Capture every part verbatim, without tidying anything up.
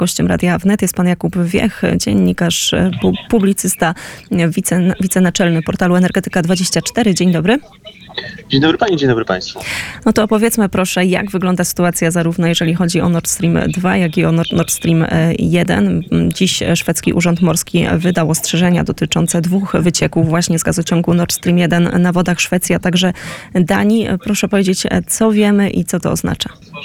Gościem Radia Wnet jest pan Jakub Wiech, dziennikarz, pu- publicysta, wice, wicenaczelny portalu Energetyka dwadzieścia cztery. Dzień dobry. Dzień dobry pani, dzień dobry państwu. No to opowiedzmy proszę, jak wygląda sytuacja zarówno jeżeli chodzi o Nord Stream dwa, jak i o Nord Stream jeden. Dziś szwedzki Urząd Morski wydał ostrzeżenia dotyczące dwóch wycieków właśnie z gazociągu Nord Stream jeden na wodach Szwecji, a także Danii. Proszę powiedzieć, co wiemy i co to oznacza.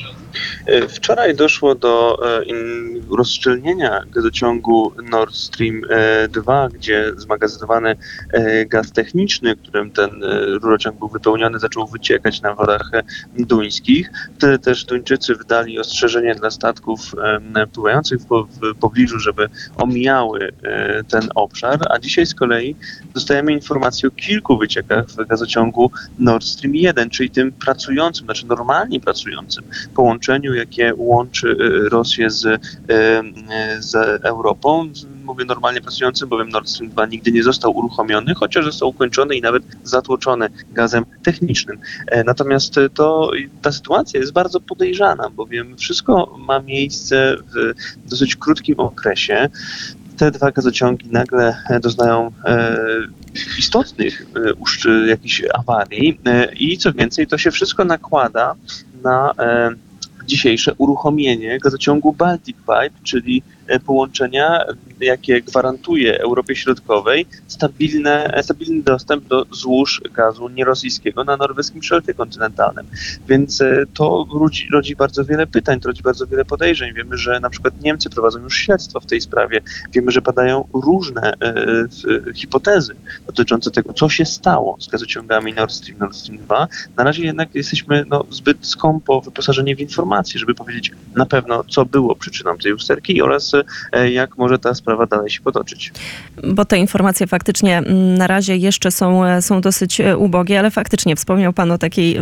Wczoraj doszło do rozszczelnienia gazociągu Nord Stream dwa, gdzie zmagazynowany gaz techniczny, którym ten rurociąg był wypełniony, zaczął wyciekać na wodach duńskich. Wtedy też Duńczycy wydali ostrzeżenie dla statków pływających w pobliżu, żeby omijały ten obszar, a dzisiaj z kolei dostajemy informację o kilku wyciekach w gazociągu Nord Stream jeden, czyli tym pracującym, znaczy normalnie pracującym połączeniu, jakie łączy Rosję z, z Europą. Mówię normalnie pracującym, bowiem Nord Stream dwa nigdy nie został uruchomiony, chociaż został ukończony i nawet zatłoczony gazem technicznym. Natomiast to, ta sytuacja jest bardzo podejrzana, bowiem wszystko ma miejsce w dosyć krótkim okresie. Te dwa gazociągi nagle doznają e, istotnych e, jakichś awarii e, i co więcej, to się wszystko nakłada na e, dzisiejsze uruchomienie gazociągu Baltic Pipe, czyli połączenia, jakie gwarantuje Europie Środkowej stabilne, stabilny dostęp do złóż gazu nierosyjskiego na norweskim szelfie kontynentalnym. Więc to rodzi, rodzi bardzo wiele pytań, to rodzi bardzo wiele podejrzeń. Wiemy, że na przykład Niemcy prowadzą już śledztwo w tej sprawie. Wiemy, że padają różne e, hipotezy dotyczące tego, co się stało z gazociągami Nord Stream, Nord Stream dwa. Na razie jednak jesteśmy no, zbyt skąpo wyposażeni w informacje, żeby powiedzieć na pewno, co było przyczyną tej usterki oraz jak może ta sprawa dalej się potoczyć. Bo te informacje faktycznie na razie jeszcze są, są dosyć ubogie, ale faktycznie wspomniał pan o takiej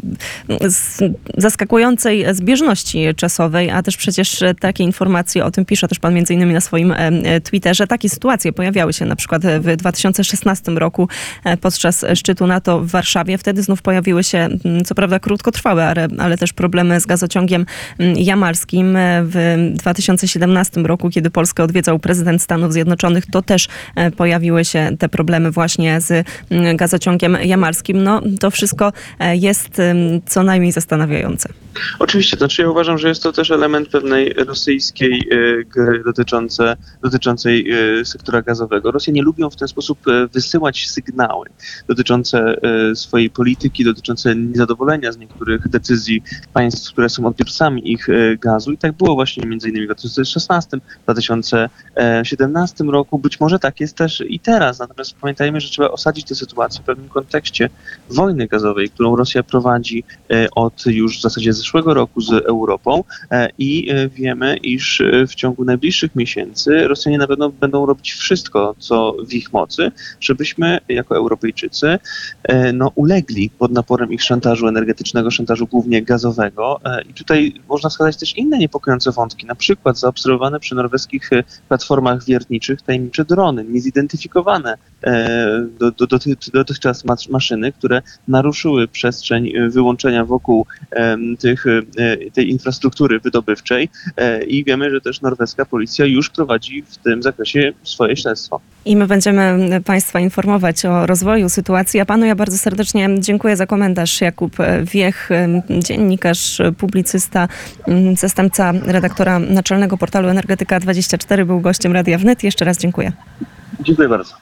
zaskakującej zbieżności czasowej, a też przecież takie informacje, o tym pisze też pan między innymi na swoim Twitterze, takie sytuacje pojawiały się na przykład w dwa tysiące szesnastym roku podczas szczytu NATO w Warszawie. Wtedy znów pojawiły się, co prawda krótkotrwałe, ale, ale też problemy z gazociągiem jamalskim. W dwa tysiące siedemnastym roku, kiedy Polskę odwiedzał prezydent Stanów Zjednoczonych, to też pojawiły się te problemy właśnie z gazociągiem jamalskim. No, to wszystko jest co najmniej zastanawiające. Oczywiście, to znaczy ja uważam, że jest to też element pewnej rosyjskiej gry dotyczące, dotyczącej sektora gazowego. Rosjanie lubią w ten sposób wysyłać sygnały dotyczące swojej polityki, dotyczące niezadowolenia z niektórych decyzji państw, które są odbiorcami ich gazu. I tak było właśnie między innymi w dwa tysiące szesnastym, dwa tysiące siedemnastym roku. Być może tak jest też i teraz. Natomiast pamiętajmy, że trzeba osadzić tę sytuację w pewnym kontekście wojny gazowej, którą Rosja prowadzi od już w zasadzie zeszłego roku z Europą i wiemy, iż w ciągu najbliższych miesięcy Rosjanie na pewno będą robić wszystko, co w ich mocy, żebyśmy jako Europejczycy no, ulegli pod naporem ich szantażu energetycznego, szantażu głównie gazowego. I tutaj można wskazać też inne niepokojące wątki, na przykład zaobserwowane przy norweskich platformach wiertniczych tajemnicze drony, niezidentyfikowane do, do, do, dotychczas maszyny, które naruszyły przestrzeń wyłączenia wokół tych, tej infrastruktury wydobywczej i wiemy, że też norweska policja już prowadzi w tym zakresie swoje śledztwo. I my będziemy państwa informować o rozwoju sytuacji. A panu ja bardzo serdecznie dziękuję za komentarz. Jakub Wiech, dziennikarz, publicysta, zastępca redaktora naczelnego portalu Energetyka dwadzieścia cztery, był gościem Radia Wnet. Jeszcze raz dziękuję. Dziękuję bardzo.